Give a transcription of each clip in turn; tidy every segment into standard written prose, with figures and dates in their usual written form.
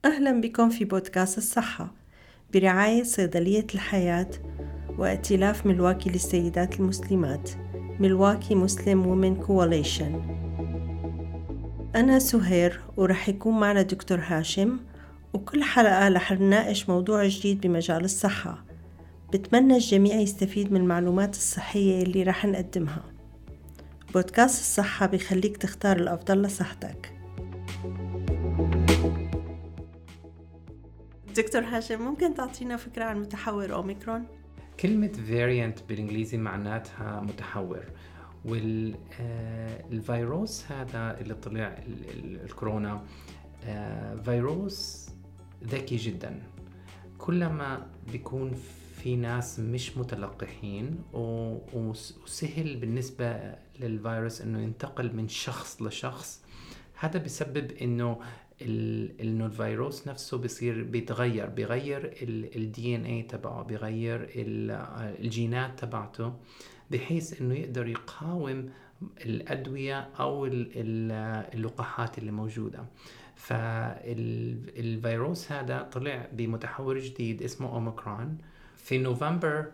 أهلا بكم في بودكاست الصحة برعاية صيدلية الحياة وائتلاف ملواكي للسيدات المسلمات ملواكي مسلم وومن كواليشن. أنا سهير ورح يكون معنا دكتور هاشم، وكل حلقة رح نناقش موضوع جديد بمجال الصحة. بتمنى الجميع يستفيد من المعلومات الصحية اللي رح نقدمها. بودكاست الصحة بيخليك تختار الأفضل لصحتك. دكتور هاشم، ممكن تعطينا فكرة عن متحور أوميكرون؟ كلمة variant بالإنجليزي معناتها متحور، والفيروس هذا اللي طلع الكورونا فيروس ذكي جدا. كلما بيكون في ناس مش متلقحين وسهل بالنسبة للفيروس انه ينتقل من شخص لشخص، هذا بيسبب انه الفيروس نفسه بيغير الدي ان اي تبعه، بيغير الجينات تبعته، بحيث انه يقدر يقاوم الادويه او اللقاحات اللي موجوده. فالفيروس هذا طلع بمتحور جديد اسمه اوميكرون في نوفمبر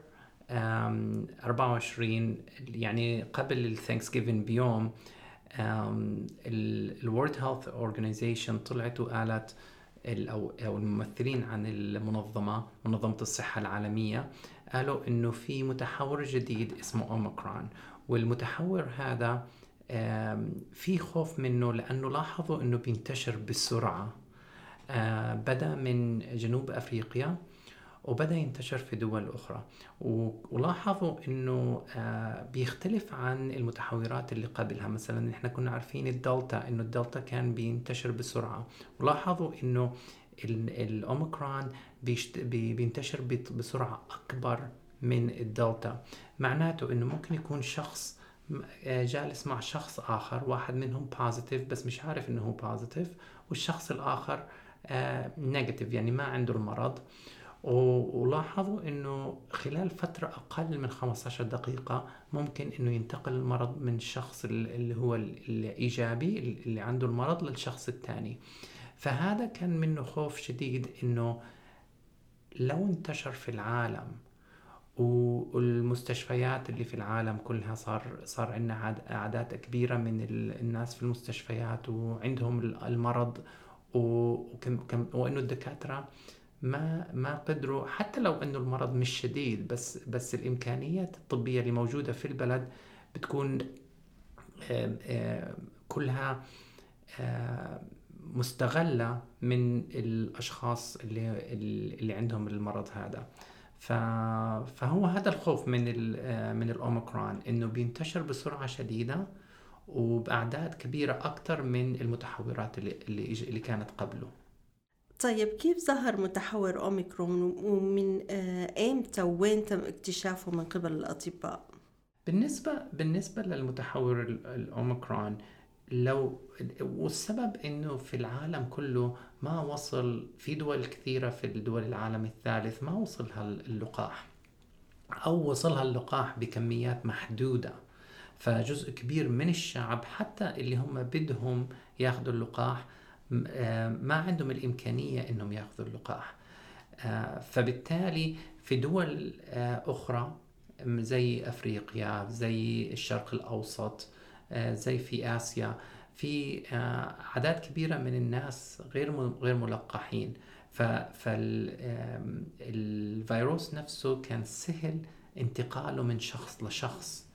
24، يعني قبل الثانكسجيفن بيوم. الورد هيلث اورجانيزيشن طلعت وقالت او الممثلين عن منظمة الصحة العالمية قالوا انه في متحور جديد اسمه اوميكرون، والمتحور هذا في خوف منه لانه لاحظوا انه بينتشر بسرعة. بدأ من جنوب افريقيا وبدأ ينتشر في دول أخرى، ولاحظوا أنه بيختلف عن المتحورات اللي قبلها. مثلا نحن كنا عارفين أنه الدلتا كان بينتشر بسرعة، ولاحظوا أنه الأوميكرون بينتشر بسرعة أكبر من الدلتا. معناته أنه ممكن يكون شخص جالس مع شخص آخر، واحد منهم بوزيتيف بس مش عارف أنه هو بوزيتيف، والشخص الآخر نيجاتيف يعني ما عنده المرض. ولاحظوا انه خلال فترة اقل من 15 دقيقة ممكن انه ينتقل المرض من الشخص اللي هو الايجابي اللي عنده المرض للشخص الثاني. فهذا كان منه خوف شديد انه لو انتشر في العالم والمستشفيات اللي في العالم كلها صار عندنا اعداد كبيرة من الناس في المستشفيات وعندهم المرض، وانه الدكاترة ما قدروا، حتى لو انه المرض مش شديد، بس الامكانيات الطبيه اللي موجوده في البلد بتكون كلها مستغله من الاشخاص اللي عندهم المرض هذا. فهو هذا الخوف من الاوميكرون، انه بينتشر بسرعه شديده وباعداد كبيره اكثر من المتحورات اللي كانت قبله. طيب، كيف ظهر متحور أوميكرون ومن إمتى وين تم اكتشافه من قبل الأطباء؟ بالنسبة للمتحور الأوميكرون، والسبب إنه في العالم كله ما وصل، في دول كثيرة في دول العالم الثالث ما وصلها اللقاح، أو وصلها اللقاح بكميات محدودة. فجزء كبير من الشعب حتى اللي هم بدهم ياخذوا اللقاح ما عندهم الإمكانية إنهم ياخذوا اللقاح. فبالتالي في دول أخرى زي أفريقيا، زي الشرق الأوسط، زي في آسيا، في أعداد كبيرة من الناس غير ملقحين. فالفيروس نفسه كان سهل انتقاله من شخص لشخص.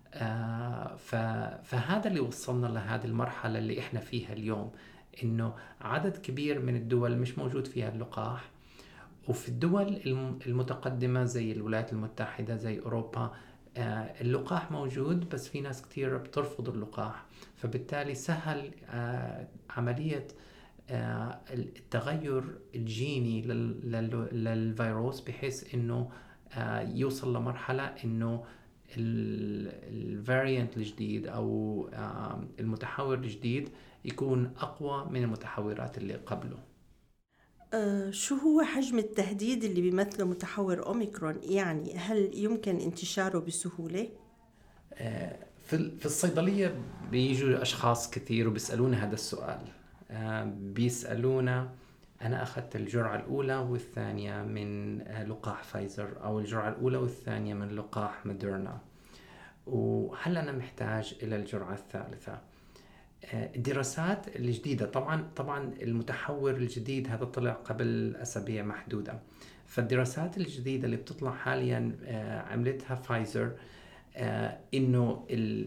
فهذا اللي وصلنا لهذه المرحلة اللي احنا فيها اليوم، انه عدد كبير من الدول مش موجود فيها اللقاح، وفي الدول المتقدمة زي الولايات المتحدة زي أوروبا اللقاح موجود، بس في ناس كتير بترفض اللقاح. فبالتالي سهل عملية التغير الجيني للفيروس، بحيث انه يوصل لمرحلة انه الفاريانت الجديد او المتحور الجديد يكون اقوى من المتحورات اللي قبله. شو هو حجم التهديد اللي بيمثله متحور أوميكرون؟ يعني هل يمكن انتشاره بسهولة؟ في الصيدلية بيجوا أشخاص كثير وبيسألونا هذا السؤال. بيسألونا أنا أخذت الجرعة الأولى والثانية من لقاح فايزر، أو الجرعة الأولى والثانية من لقاح موديرنا، وهل أنا محتاج إلى الجرعة الثالثة؟ الدراسات الجديدة، طبعا المتحور الجديد هذا طلع قبل أسابيع محدودة، فالدراسات الجديدة اللي بتطلع حاليا عملتها فايزر، إنه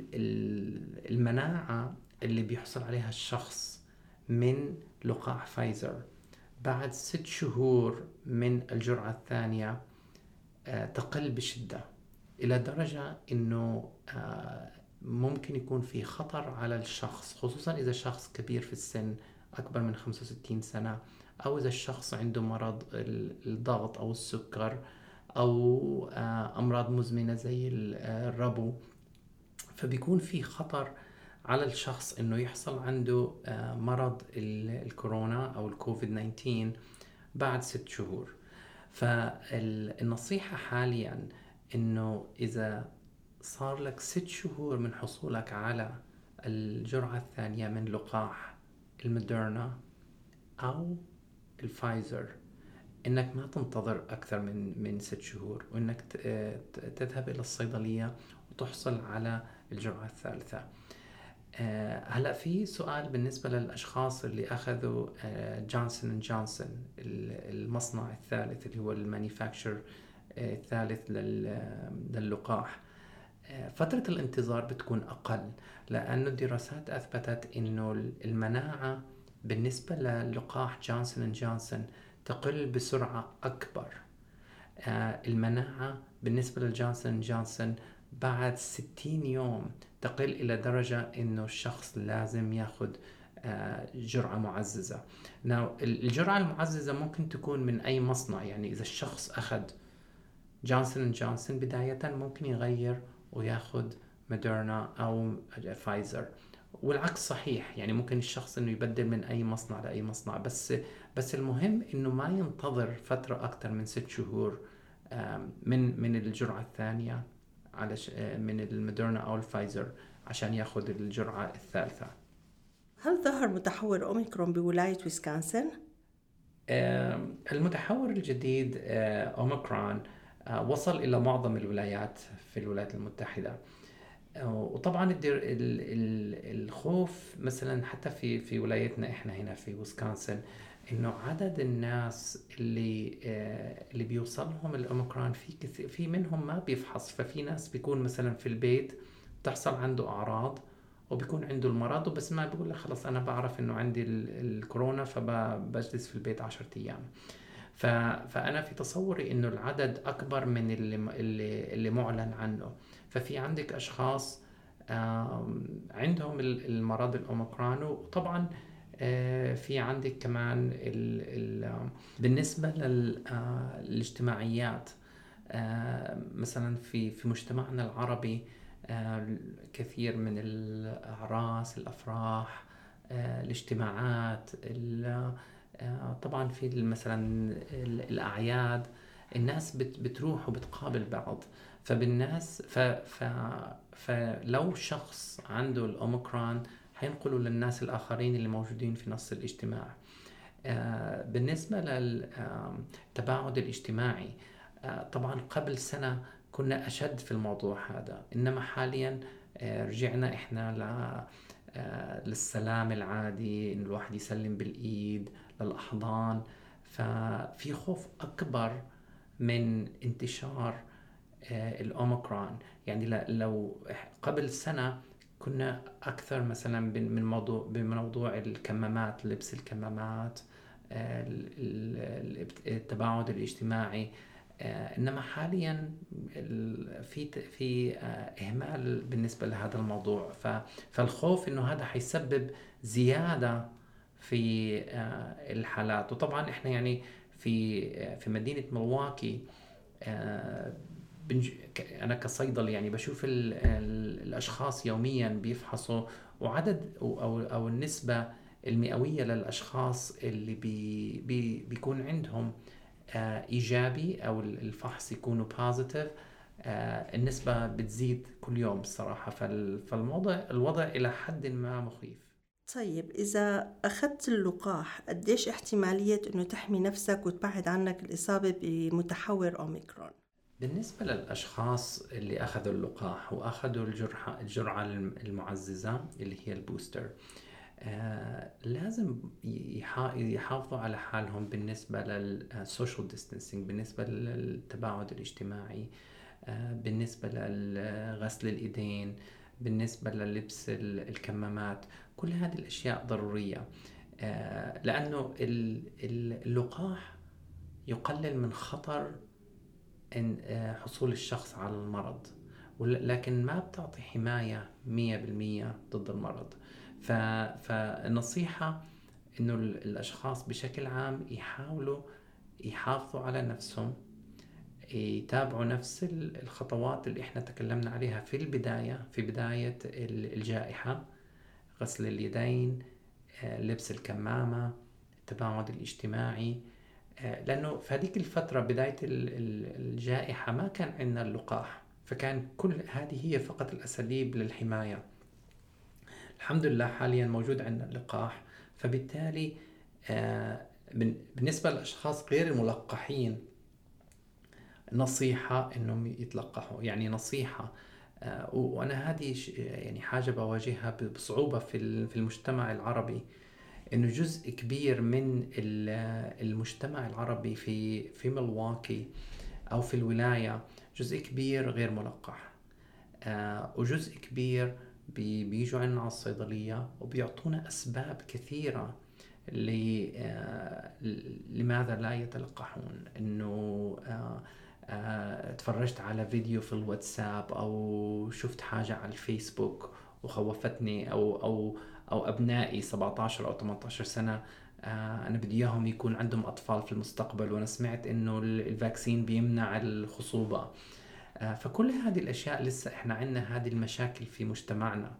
المناعة اللي بيحصل عليها الشخص من لقاح فايزر بعد 6 شهور من الجرعة الثانية تقل بشدة، إلى درجة إنه ممكن يكون في خطر على الشخص، خصوصا إذا شخص كبير في السن أكبر من 65 سنة، أو إذا الشخص عنده مرض الضغط أو السكر، أو أمراض مزمنة زي الربو، فبيكون في خطر على الشخص إنه يحصل عنده مرض الكورونا أو الكوفيد 19 بعد 6 شهور. فالنصيحة حاليا إنه إذا صار لك 6 شهور من حصولك على الجرعة الثانية من لقاح الموديرنا أو الفايزر، إنك ما تنتظر أكثر من 6 شهور، وإنك تذهب إلى الصيدلية وتحصل على الجرعة الثالثة. هلأ في سؤال بالنسبة للأشخاص اللي أخذوا جونسون اند جونسون، المصنع الثالث اللي هو المانيفاكتشر الثالث للقاح. فترة الانتظار بتكون أقل، لأنه الدراسات أثبتت إنه المناعة بالنسبة للقاح جونسون اند جونسون تقل بسرعة أكبر. المناعة بالنسبة للجونسون اند جونسون بعد 60 يوم تقل إلى درجة إنه الشخص لازم ياخد جرعة معززة. الجرعة المعززة ممكن تكون من أي مصنع، يعني إذا الشخص أخذ جونسون اند جونسون بداية ممكن يغير وياخد موديرنا أو فايزر، والعكس صحيح، يعني ممكن الشخص إنه يبدل من أي مصنع لأي مصنع، بس المهم إنه ما ينتظر فترة أكتر من 6 شهور من الجرعة الثانية من الموديرنا أو الفايزر عشان ياخد الجرعة الثالثة. هل ظهر متحور أوميكرون بولاية ويسكونسن؟ المتحور الجديد أوميكرون وصل إلى معظم الولايات في الولايات المتحدة، وطبعا الخوف مثلا حتى في ولايتنا احنا هنا في ويسكونسن، انه عدد الناس اللي بيوصلهم الاوميكرون في منهم ما بيفحص، ففي ناس بيكون مثلا في البيت بتحصل عنده اعراض وبيكون عنده المرض، وبس ما بيقول لك خلص انا بعرف انه عندي الكورونا فبجلس في البيت 10 ايام. فانا في تصوري انه العدد اكبر من اللي معلن عنه. ففي عندك اشخاص عندهم المرض الاوميكرون، وطبعا في عندك كمان بالنسبة للاجتماعيات، مثلا في مجتمعنا العربي كثير من الأعراس، الأفراح، الاجتماعات، طبعا في مثلا الأعياد، الناس بتروح وبتقابل بعض، فبالناس فلو شخص عنده الأوميكرون هينقلوا للناس الآخرين اللي موجودين في نفس الاجتماع. بالنسبة للتباعد الاجتماعي، طبعا قبل سنة كنا أشد في الموضوع هذا، إنما حاليا رجعنا إحنا للسلام العادي، إن الواحد يسلم بالإيد، للأحضان. ففي خوف أكبر من انتشار الأوميكرون. يعني لو قبل سنة كنا أكثر مثلا بموضوع الكمامات، لبس الكمامات، التباعد الاجتماعي، إنما حاليا في إهمال بالنسبة لهذا الموضوع. فالخوف إنه هذا حيسبب زيادة في الحالات. وطبعا إحنا يعني في مدينة ملواكي، أنا كصيدلي يعني بشوف الأشخاص يوميا بيفحصوا، وعدد أو النسبة المئوية للأشخاص اللي بيكون عندهم إيجابي أو الفحص يكونوا positive، النسبة بتزيد كل يوم الصراحة. الوضع إلى حد ما مخيف. طيب إذا أخذت اللقاح قديش احتمالية أنه تحمي نفسك وتبعد عنك الإصابة بمتحور أوميكرون؟ بالنسبة للأشخاص اللي أخذوا اللقاح وأخذوا الجرعة المعززة اللي هي البوستر، لازم يحافظوا على حالهم بالنسبة للسوشيال ديستانسينج، بالنسبة للتباعد الاجتماعي، بالنسبة لغسل الإيدين، بالنسبة للبس الكمامات. كل هذه الأشياء ضرورية، لأنه اللقاح يقلل من خطر حصول الشخص على المرض، لكن ما بتعطي حماية 100% ضد المرض. فالنصيحة إنه الأشخاص بشكل عام يحاولوا يحافظوا على نفسهم، يتابعوا نفس الخطوات اللي احنا تكلمنا عليها في البداية، في بداية الجائحة: غسل اليدين، لبس الكمامة، التباعد الاجتماعي. لأنه في هذيك الفترة بداية الجائحة ما كان عندنا اللقاح، فكان كل هذه هي فقط الأساليب للحماية. الحمد لله حاليا موجود عندنا اللقاح، فبالتالي بالنسبة للأشخاص غير الملقحين نصيحة إنهم يتلقحوا، يعني نصيحة. وأنا هذه يعني حاجة بواجهها بصعوبة في المجتمع العربي، إنه جزء كبير من المجتمع العربي في ملواكي أو في الولاية، جزء كبير غير ملقح، وجزء كبير بيجوا عنا على الصيدلية وبيعطونا أسباب كثيرة لماذا لا يتلقحون. إنه تفرجت على فيديو في الواتساب أو شفت حاجة على الفيسبوك وخوفتني، أو أبنائي 17 أو 18 سنة أنا بدي إياهم يكون عندهم أطفال في المستقبل، وأنا سمعت إنه الفاكسين بيمنع الخصوبة. فكل هذه الأشياء لسه إحنا عندنا هذه المشاكل في مجتمعنا.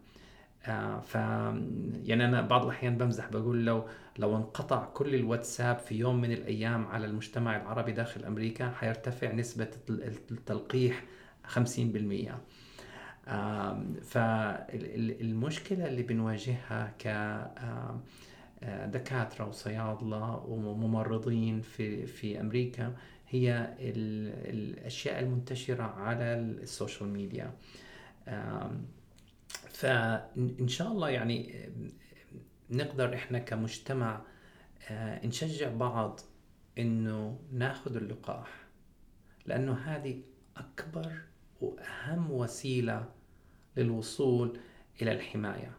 يعني أنا بعض الأحيان بمزح بقول لو انقطع كل الواتساب في يوم من الأيام على المجتمع العربي داخل أمريكا حيرتفع نسبة التلقيح 50%. فالمشكلة اللي بنواجهها كدكاترة وصيادلة وممرضين في أمريكا هي الأشياء المنتشرة على السوشيال ميديا. فإن شاء الله يعني نقدر إحنا كمجتمع نشجع بعض إنه ناخذ اللقاح، لأنه هذه أكبر وأهم وسيلة للوصول إلى الحماية.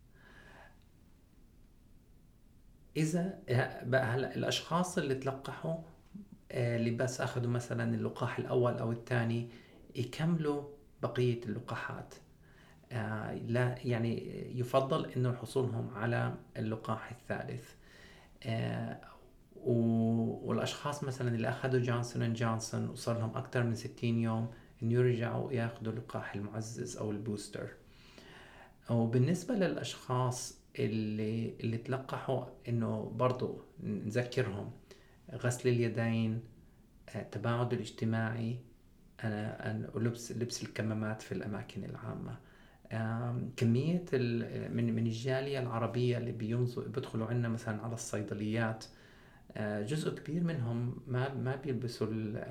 إذا بقى هلا الأشخاص اللي تلقحوا اللي بس أخذوا مثلا اللقاح الأول أو الثاني يكملوا بقية اللقاحات. لا يعني يفضل إنه حصولهم على اللقاح الثالث. والأشخاص مثلا اللي أخذوا جونسون اند جونسون وصار لهم أكثر من 60 يوم إنه يرجعوا ياخذوا اللقاح المعزز أو البوستر. وبالنسبة للأشخاص اللي تلقحوا إنه برضو نذكرهم: غسل اليدين، التباعد الاجتماعي، ولبس الكمامات في الأماكن العامة. كمية من الجالية العربية اللي بيدخلوا عنا مثلا على الصيدليات، جزء كبير منهم ما بيلبسوا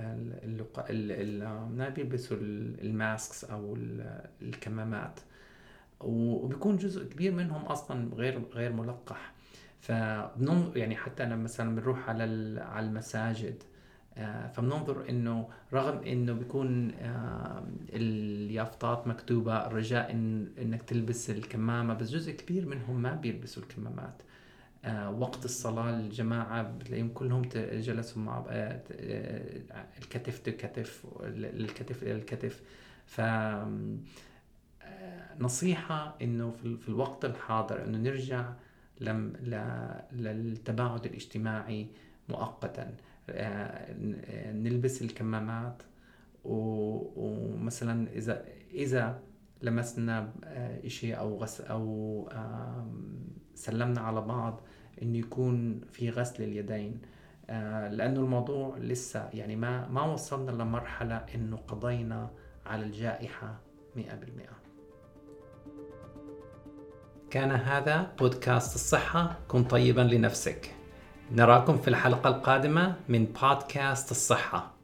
ما بيلبسوا الماسكس أو الكمامات، وبيكون جزء كبير منهم أصلا غير ملقح. يعني حتى أنا مثلا بنروح على المساجد، فبننظر إنه رغم إنه بيكون اليافطات مكتوبة الرجاء إنك تلبس الكمامة، بس جزء كبير منهم ما بيلبسوا الكمامات. وقت الصلاة الجماعة بتلاقيهم كلهم جلسوا مع الكتف لكتف، الكتف إلى الكتف. نصيحة إنه في الوقت الحاضر إنه نرجع للتباعد الاجتماعي مؤقتا. نلبس الكمامات، ومثلا إذا لمسنا إشي أو سلمنا على بعض إنه يكون في غسل اليدين، لأنه الموضوع لسه يعني ما وصلنا لمرحلة إنه قضينا على الجائحة 100%. كان هذا بودكاست الصحة. كن طيبا لنفسك. نراكم في الحلقة القادمة من بودكاست الصحة.